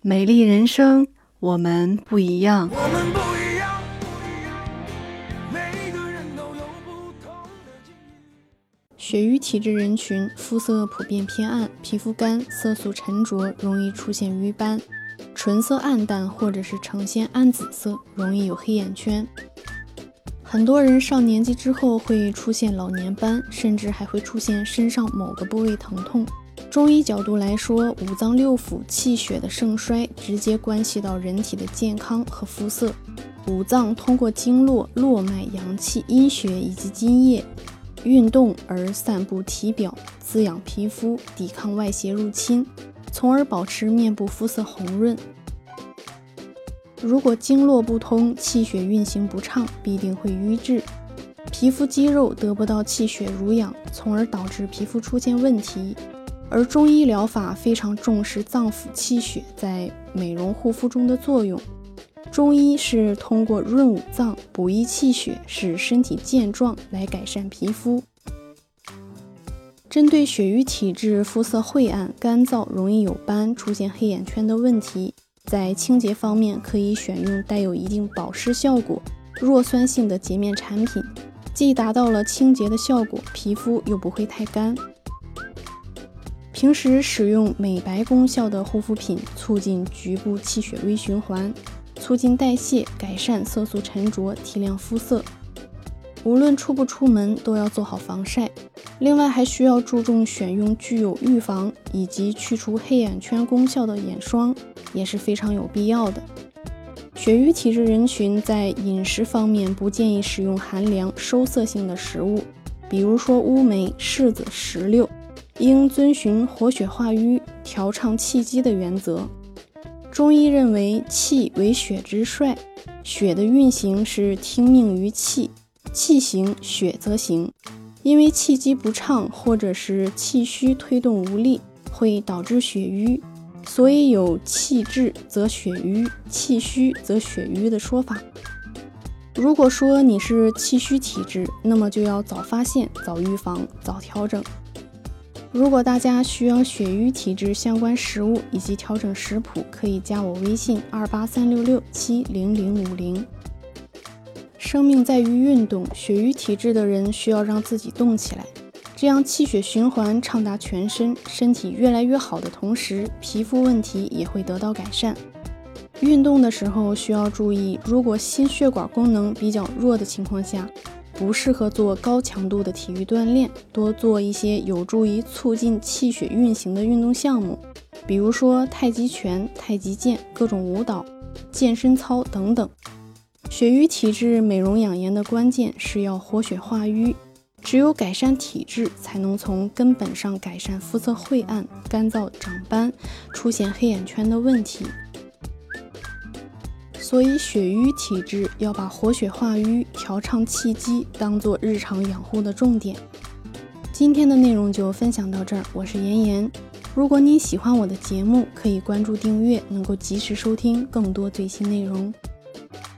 美丽人生，我们不一样。 血瘀体质人群肤色普遍偏暗，皮肤干，色素沉着，容易出现瘀斑，唇色暗淡或者是呈现暗紫色，容易有黑眼圈。很多人上年纪之后会出现老年斑，甚至还会出现身上某个部位疼痛。中医角度来说，五脏六腑气血的盛衰直接关系到人体的健康和肤色。五脏通过经络、络脉、阳气、阴血以及津液运动而散布体表，滋养皮肤，抵抗外邪入侵，从而保持面部肤色红润。如果经络不通，气血运行不畅，必定会瘀滞，皮肤肌肉得不到气血濡养，从而导致皮肤出现问题。而中医疗法非常重视脏腑气血在美容护肤中的作用。中医是通过润五脏、补益气血，使身体健壮，来改善皮肤。针对血瘀体质、肤色晦暗、干燥、容易有斑、出现黑眼圈的问题，在清洁方面可以选用带有一定保湿效果、弱酸性的洁面产品，既达到了清洁的效果，皮肤又不会太干。平时使用美白功效的护肤品，促进局部气血微循环，促进代谢，改善色素沉着，提亮肤色。无论出不出门，都要做好防晒。另外还需要注重选用具有预防以及去除黑眼圈功效的眼霜，也是非常有必要的。血瘀体质人群在饮食方面不建议食用寒凉收涩性的食物，比如说乌梅、柿子、石榴，应遵循活血化瘀、调畅气机的原则。中医认为气为血之帅，血的运行是听命于气，气行血则行。因为气机不畅或者是气虚推动无力，会导致血瘀，所以有气滞则血瘀，气虚则血瘀的说法。如果说你是气虚体质，那么就要早发现、早预防、早调整。如果大家需要血瘀体质相关食物以及调整食谱，可以加我微信28366700050。生命在于运动，血瘀体质的人需要让自己动起来，这样气血循环畅达全身，身体越来越好的同时，皮肤问题也会得到改善。运动的时候需要注意，如果心血管功能比较弱的情况下，不适合做高强度的体育锻炼，多做一些有助于促进气血运行的运动项目，比如说太极拳、太极剑、各种舞蹈、健身操等等。血瘀体质美容养颜的关键是要活血化瘀，只有改善体质，才能从根本上改善肤色晦暗、干燥、长斑、出现黑眼圈的问题。所以血瘀体质要把活血化瘀、调畅气机当做日常养护的重点。今天的内容就分享到这儿，我是妍妍。如果您喜欢我的节目，可以关注订阅，能够及时收听更多最新内容。